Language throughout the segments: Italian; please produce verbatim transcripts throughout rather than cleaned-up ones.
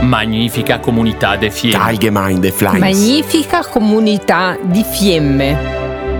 Magnifica comunità de Fiemme. Allgemeine Flames. Magnifica comunità di Fiemme.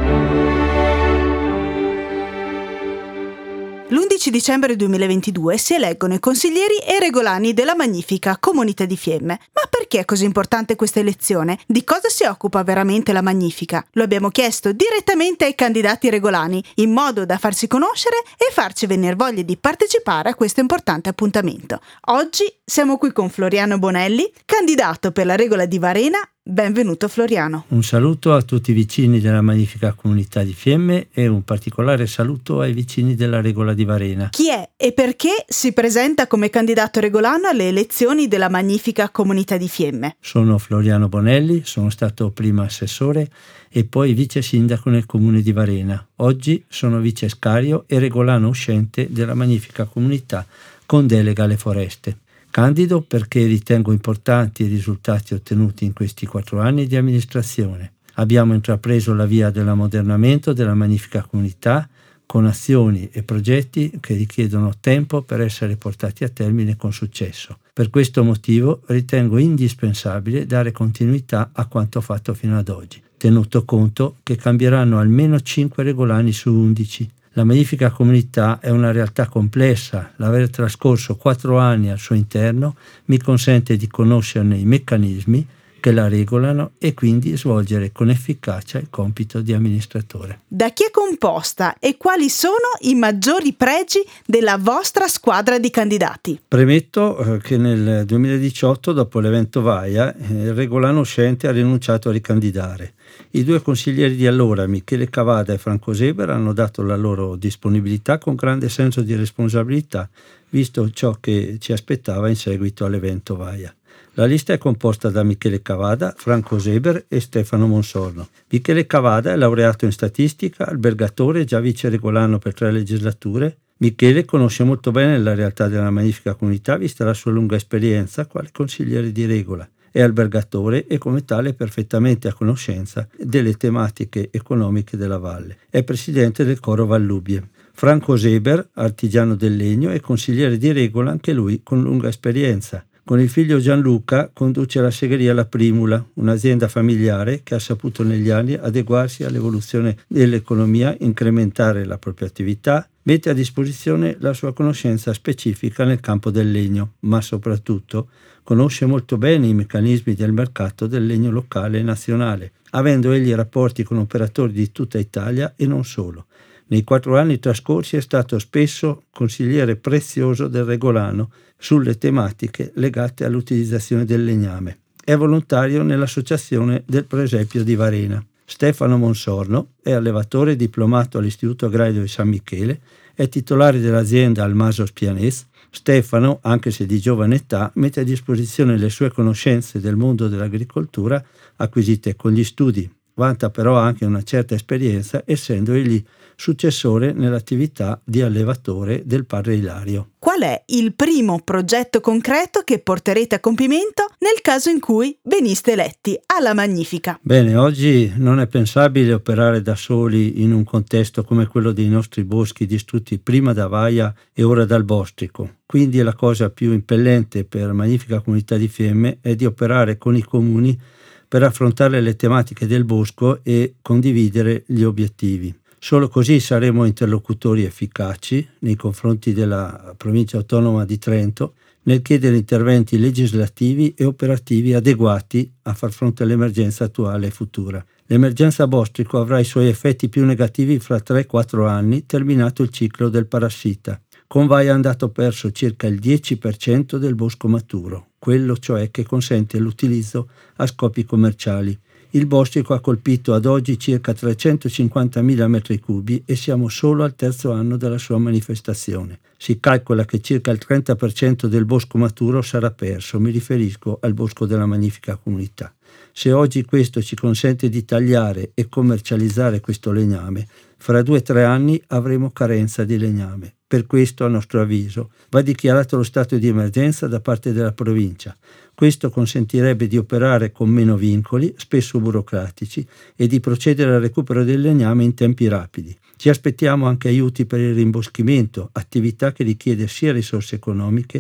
l'undici dicembre duemilaventidue si eleggono i consiglieri e i regolani della Magnifica Comunità di Fiemme. Ma perché è così importante questa elezione? Di cosa si occupa veramente la Magnifica? Lo abbiamo chiesto direttamente ai candidati regolani, in modo da farsi conoscere e farci venire voglia di partecipare a questo importante appuntamento. Oggi siamo qui con Floriano Bonelli, candidato per la regola di Varena. Benvenuto Floriano. Un saluto a tutti i vicini della Magnifica Comunità di Fiemme e un particolare saluto ai vicini della regola di Varena. Chi è e perché si presenta come candidato regolano alle elezioni della Magnifica Comunità di Fiemme? Sono Floriano Bonelli, sono stato prima assessore e poi vice sindaco nel comune di Varena. Oggi sono vice scario e regolano uscente della Magnifica Comunità con delega alle foreste. Candido perché ritengo importanti i risultati ottenuti in questi quattro anni di amministrazione. Abbiamo intrapreso la via dell'ammodernamento della Magnifica Comunità con azioni e progetti che richiedono tempo per essere portati a termine con successo. Per questo motivo ritengo indispensabile dare continuità a quanto fatto fino ad oggi, tenuto conto che cambieranno almeno cinque regolani su undici. La Magnifica Comunità è una realtà complessa. L'aver trascorso quattro anni al suo interno mi consente di conoscerne i meccanismi che la regolano e quindi svolgere con efficacia il compito di amministratore. Da chi è composta e quali sono i maggiori pregi della vostra squadra di candidati? Premetto eh, che nel duemiladiciotto, dopo l'evento Vaia, eh, il regolano uscente ha rinunciato a ricandidare. I due consiglieri di allora, Michele Cavada e Franco Seber, hanno dato la loro disponibilità con grande senso di responsabilità, visto ciò che ci aspettava in seguito all'evento Vaia. La lista è composta da Michele Cavada, Franco Seber e Stefano Monsorno. Michele Cavada è laureato in statistica, albergatore, già vice regolano per tre legislature. Michele conosce molto bene la realtà della Magnifica Comunità, vista la sua lunga esperienza quale consigliere di regola. È albergatore e come tale perfettamente a conoscenza delle tematiche economiche della valle. È presidente del coro Vallubie. Franco Seber, artigiano del legno e consigliere di regola, anche lui con lunga esperienza. Con il figlio Gianluca conduce la segheria La Primula, un'azienda familiare che ha saputo negli anni adeguarsi all'evoluzione dell'economia, incrementare la propria attività, mette a disposizione la sua conoscenza specifica nel campo del legno, ma soprattutto conosce molto bene i meccanismi del mercato del legno locale e nazionale, avendo egli rapporti con operatori di tutta Italia e non solo. Nei quattro anni trascorsi è stato spesso consigliere prezioso del regolano sulle tematiche legate all'utilizzazione del legname. È volontario nell'associazione del Presepio di Varena. Stefano Monsorno è allevatore diplomato all'Istituto Agrario di San Michele, è titolare dell'azienda Almasos Pianés. Stefano, anche se di giovane età, mette a disposizione le sue conoscenze del mondo dell'agricoltura acquisite con gli studi. Vanta però anche una certa esperienza, essendo egli successore nell'attività di allevatore del padre Ilario. Qual è il primo progetto concreto che porterete a compimento nel caso in cui veniste eletti alla Magnifica? Bene, oggi non è pensabile operare da soli in un contesto come quello dei nostri boschi distrutti prima da Vaia e ora dal Bostrico. Quindi la cosa più impellente per Magnifica Comunità di Fiemme è di operare con i comuni per affrontare le tematiche del bosco e condividere gli obiettivi. Solo così saremo interlocutori efficaci nei confronti della provincia autonoma di Trento nel chiedere interventi legislativi e operativi adeguati a far fronte all'emergenza attuale e futura. L'emergenza bostrico avrà i suoi effetti più negativi fra tre quattro anni, terminato il ciclo del parassita. Con Vaia è andato perso circa il dieci per cento del bosco maturo, quello cioè che consente l'utilizzo a scopi commerciali. Il bostrico ha colpito ad oggi circa trecentocinquantamila metri cubi e siamo solo al terzo anno della sua manifestazione. Si calcola che circa il trenta per cento del bosco maturo sarà perso, mi riferisco al bosco della Magnifica Comunità. Se oggi questo ci consente di tagliare e commercializzare questo legname, fra due o tre anni avremo carenza di legname. Per questo, a nostro avviso, va dichiarato lo stato di emergenza da parte della provincia. Questo consentirebbe di operare con meno vincoli, spesso burocratici, e di procedere al recupero del legname in tempi rapidi. Ci aspettiamo anche aiuti per il rimboschimento, attività che richiede sia risorse economiche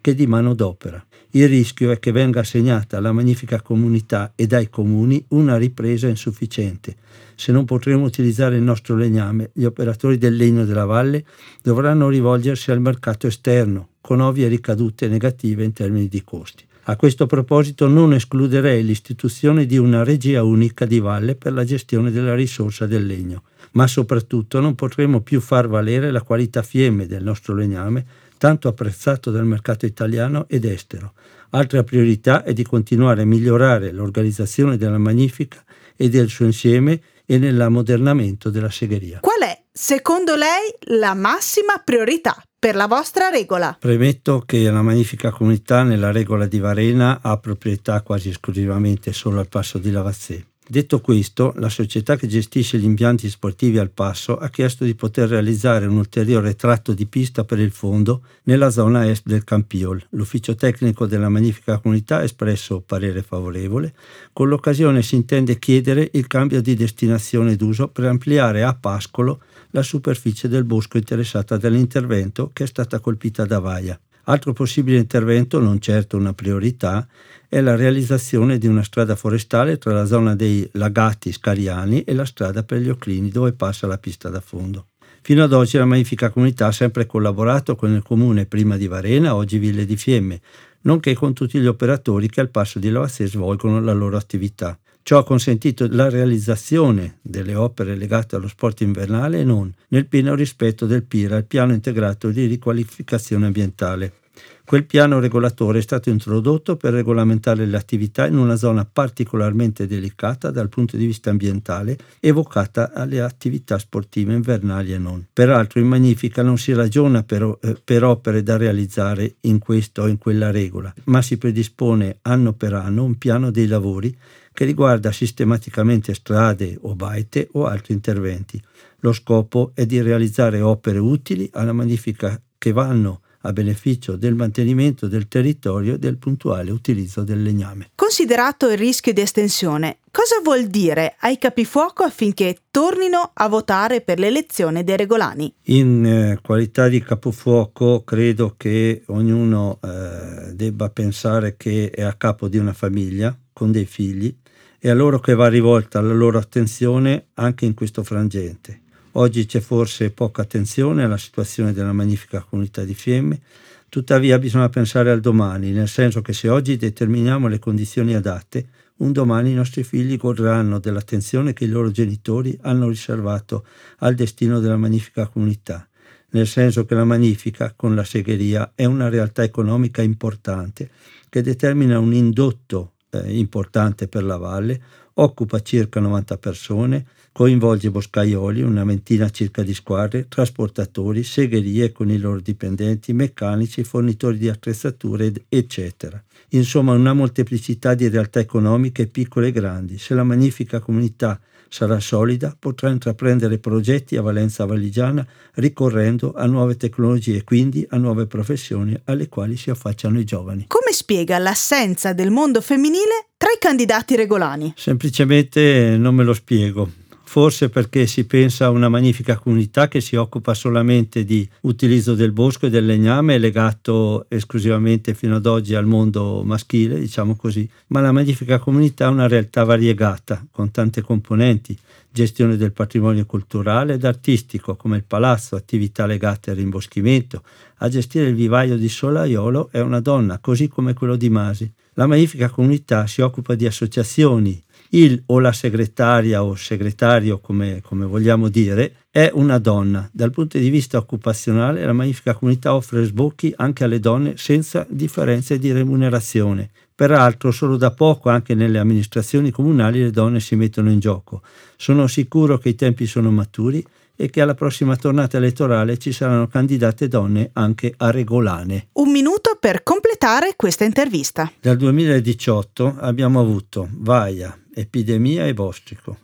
che di manodopera. Il rischio è che venga assegnata alla magnifica comunità e dai comuni una ripresa insufficiente. Se non potremo utilizzare il nostro legname, gli operatori del legno della valle dovranno rivolgersi al mercato esterno, con ovvie ricadute negative in termini di costi. A questo proposito non escluderei l'istituzione di una regia unica di valle per la gestione della risorsa del legno, ma soprattutto non potremo più far valere la qualità fiemme del nostro legname, tanto apprezzato dal mercato italiano ed estero. Altra priorità è di continuare a migliorare l'organizzazione della magnifica e del suo insieme e nell'ammodernamento della segheria. Qual è, secondo lei, la massima priorità per la vostra regola? Premetto che la magnifica comunità nella regola di Varena ha proprietà quasi esclusivamente solo al Passo di Lavazzé. Detto questo, la società che gestisce gli impianti sportivi al Passo ha chiesto di poter realizzare un ulteriore tratto di pista per il fondo nella zona est del Campiol. L'ufficio tecnico della magnifica comunità ha espresso parere favorevole. Con l'occasione si intende chiedere il cambio di destinazione d'uso per ampliare a pascolo la superficie del bosco interessata dall'intervento, che è stata colpita da vaia. Altro possibile intervento, non certo una priorità, è la realizzazione di una strada forestale tra la zona dei lagati Scariani e la strada per gli Oclini, dove passa la pista da fondo. Fino ad oggi la magnifica comunità ha sempre collaborato con il comune prima di Varena, oggi Ville di Fiemme, nonché con tutti gli operatori che al Passo di Lavazzé svolgono la loro attività. Ciò ha consentito la realizzazione delle opere legate allo sport invernale e non, nel pieno rispetto del P I R A, il piano integrato di riqualificazione ambientale. Quel piano regolatore è stato introdotto per regolamentare le attività in una zona particolarmente delicata dal punto di vista ambientale, evocata alle attività sportive invernali e non. Peraltro in magnifica non si ragiona per, eh, per opere da realizzare in questa o in quella regola, ma si predispone anno per anno un piano dei lavori che riguarda sistematicamente strade o baite o altri interventi. Lo scopo è di realizzare opere utili alla magnifica che vanno a beneficio del mantenimento del territorio e del puntuale utilizzo del legname. Considerato il rischio di estensione, cosa vuol dire ai capifuoco affinché tornino a votare per l'elezione dei regolani? In eh, qualità di capofuoco credo che ognuno eh, debba pensare che è a capo di una famiglia con dei figli, e a loro che va rivolta la loro attenzione anche in questo frangente. Oggi c'è forse poca attenzione alla situazione della magnifica comunità di Fiemme, tuttavia bisogna pensare al domani, nel senso che se oggi determiniamo le condizioni adatte, un domani i nostri figli godranno dell'attenzione che i loro genitori hanno riservato al destino della magnifica comunità, nel senso che la magnifica, con la segheria, è una realtà economica importante che determina un indotto eh, importante per la valle, occupa circa novanta persone, coinvolge boscaioli, una ventina circa di squadre, trasportatori, segherie con i loro dipendenti, meccanici, fornitori di attrezzature, eccetera. Insomma, una molteplicità di realtà economiche piccole e grandi. Se la magnifica comunità sarà solida, potrà intraprendere progetti a valenza valigiana ricorrendo a nuove tecnologie e quindi a nuove professioni alle quali si affacciano i giovani. Come spiega l'assenza del mondo femminile tra i candidati regolani? Semplicemente non me lo spiego. Forse perché si pensa a una magnifica comunità che si occupa solamente di utilizzo del bosco e del legname, legato esclusivamente fino ad oggi al mondo maschile, diciamo così, ma la magnifica comunità è una realtà variegata, con tante componenti: gestione del patrimonio culturale ed artistico, come il palazzo, attività legate al rimboschimento. A gestire il vivaio di Solaiolo è una donna, così come quello di Masi. La magnifica comunità si occupa di associazioni. Il o la segretaria o segretario, come, come vogliamo dire, è una donna. Dal punto di vista occupazionale, la magnifica comunità offre sbocchi anche alle donne senza differenze di remunerazione. Peraltro, solo da poco anche nelle amministrazioni comunali le donne si mettono in gioco. Sono sicuro che i tempi sono maturi e che alla prossima tornata elettorale ci saranno candidate donne anche a regolane. Un minuto per completare questa intervista. Dal duemiladiciotto abbiamo avuto vaia, epidemia e bostrico.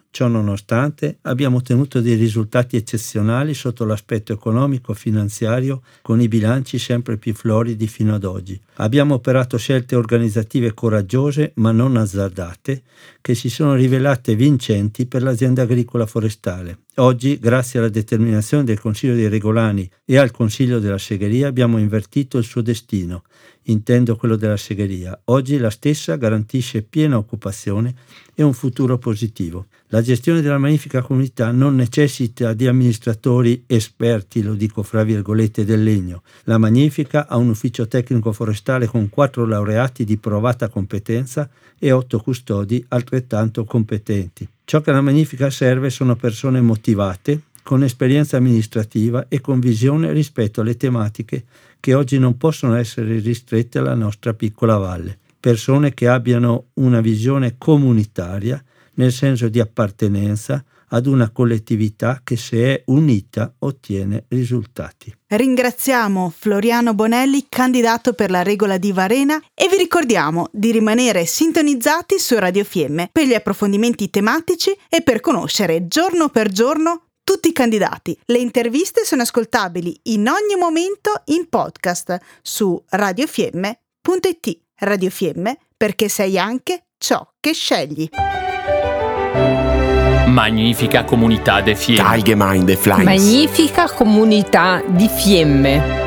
Ciò nonostante, abbiamo ottenuto dei risultati eccezionali sotto l'aspetto economico-finanziario, con i bilanci sempre più floridi fino ad oggi. Abbiamo operato scelte organizzative coraggiose ma non azzardate, che si sono rivelate vincenti per l'azienda agricola forestale. Oggi, grazie alla determinazione del Consiglio dei Regolani e al Consiglio della Segheria, abbiamo invertito il suo destino. Intendo quello della segheria. Oggi la stessa garantisce piena occupazione e un futuro positivo. La gestione della magnifica comunità non necessita di amministratori esperti, lo dico fra virgolette, del legno. La magnifica ha un ufficio tecnico forestale con quattro laureati di provata competenza e otto custodi altrettanto competenti. Ciò che alla magnifica serve sono persone motivate, con esperienza amministrativa e con visione rispetto alle tematiche che oggi non possono essere ristrette alla nostra piccola valle. Persone che abbiano una visione comunitaria, nel senso di appartenenza ad una collettività che, se è unita, ottiene risultati. Ringraziamo Floriano Bonelli, candidato per la regola di Varena, e vi ricordiamo di rimanere sintonizzati su Radio Fiemme per gli approfondimenti tematici e per conoscere giorno per giorno tutti i candidati. Le interviste sono ascoltabili in ogni momento in podcast su radiofiemme punto it. Radio Fiemme, perché sei anche ciò che scegli. Magnifica comunità de Fiemme. Magnifica comunità di Fiemme.